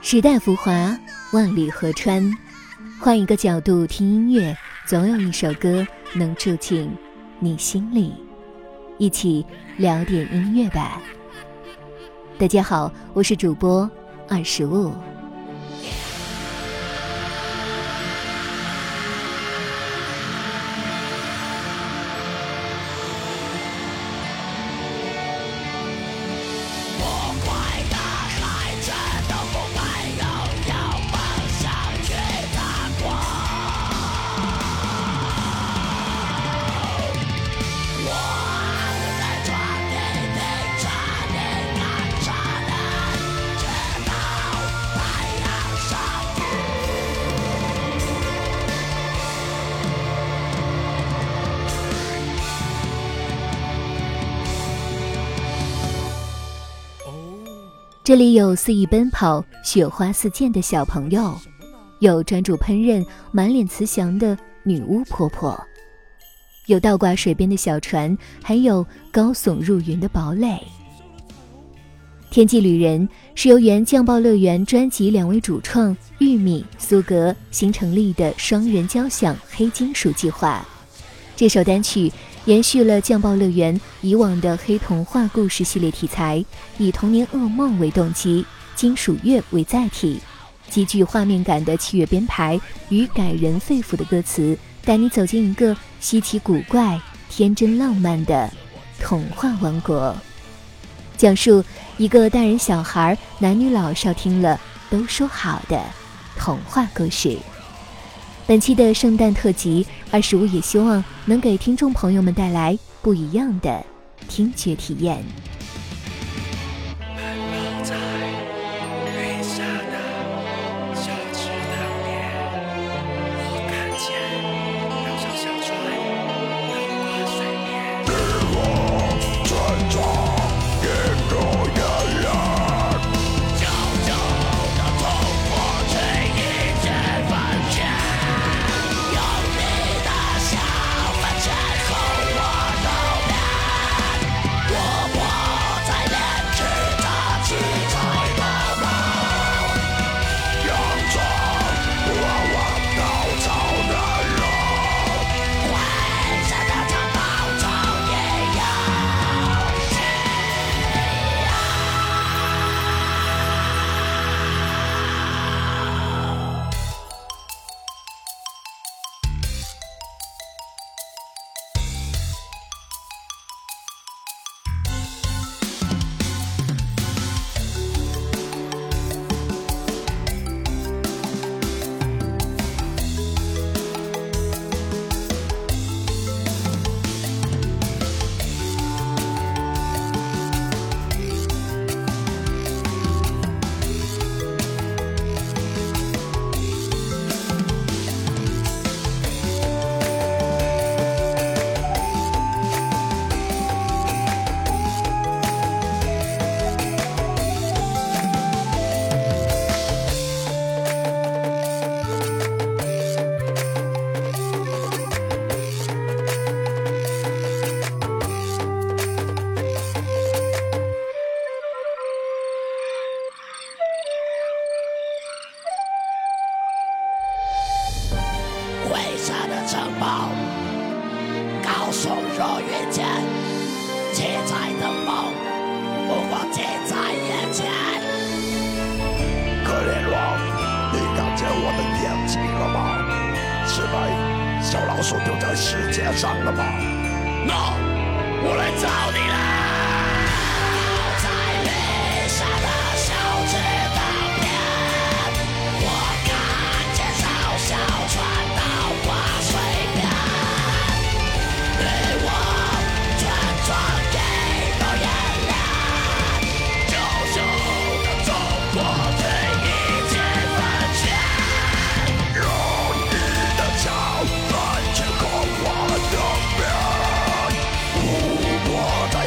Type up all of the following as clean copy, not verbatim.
时代浮华，万里河川，换一个角度听音乐，总有一首歌能住进你心里。一起聊点音乐吧。大家好，我是主播二十五。这里有肆意奔跑、雪花四溅的小朋友，有专注烹饪、满脸慈祥的女巫婆婆，有倒挂水边的小船，还有高耸入云的堡垒。天际旅人是由原酱爆乐园专辑2位主创玉米、苏格新成立的双人交响黑金属计划。这首单曲延续了酱爆乐园以往的黑童话故事系列题材，以童年噩梦为动机，金属乐为载体，极具画面感的器乐编排与感人肺腑的歌词，带你走进一个稀奇古怪、天真浪漫的童话王国，讲述一个大人小孩、男女老少听了都说好的童话故事。本期的圣诞特辑，25也希望能给听众朋友们带来不一样的听觉体验。 高耸若云间，七彩的梦，目光近在眼前。 可怜王，你看见我的眼睛了吗？是被小老鼠丢在世界上了吗？ 那我来找你了。在绿色的小池塘边，我看见小小船到挂水边。 在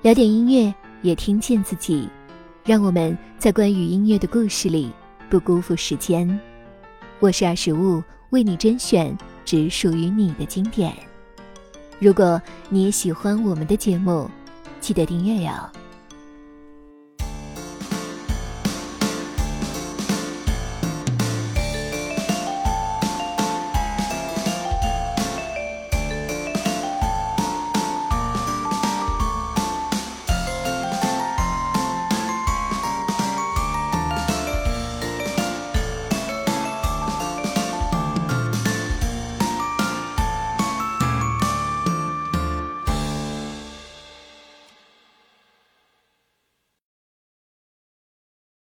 聊点音乐，也听见自己，让我们在关于音乐的故事里不辜负时间。我是二十物，为你甄选只属于你的经典。如果你也喜欢我们的节目，记得订阅哟。